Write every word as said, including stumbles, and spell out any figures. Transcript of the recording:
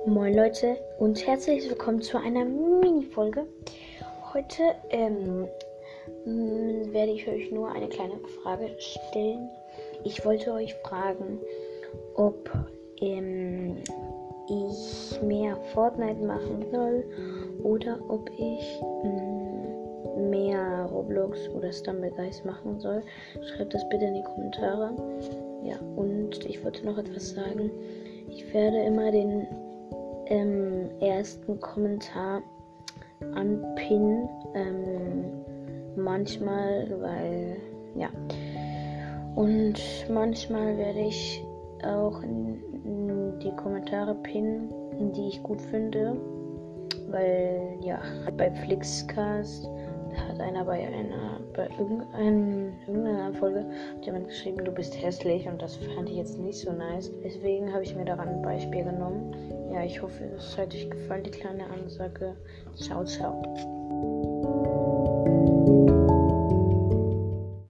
Moin Leute und herzlich willkommen zu einer Mini-Folge. Heute ähm, m, werde ich euch nur eine kleine Frage stellen. Ich wollte euch fragen, ob ähm, ich mehr Fortnite machen soll oder ob ich m, mehr Roblox oder Stumbleguys machen soll. Schreibt das bitte in die Kommentare. Ja, und ich wollte noch etwas sagen. Ich werde immer den ähm, ersten Kommentar anpinnen. Ähm, manchmal, weil, ja. Und manchmal werde ich auch in, in die Kommentare pinnen, die ich gut finde. Weil, ja, bei Flixcast hat einer bei einer, bei irgendein, irgendeiner Folge hat jemand geschrieben, du bist hässlich, und das fand ich jetzt nicht so nice. Deswegen habe ich mir daran ein Beispiel genommen. Ja, ich hoffe, es hat euch gefallen, die kleine Ansage. Ciao, ciao.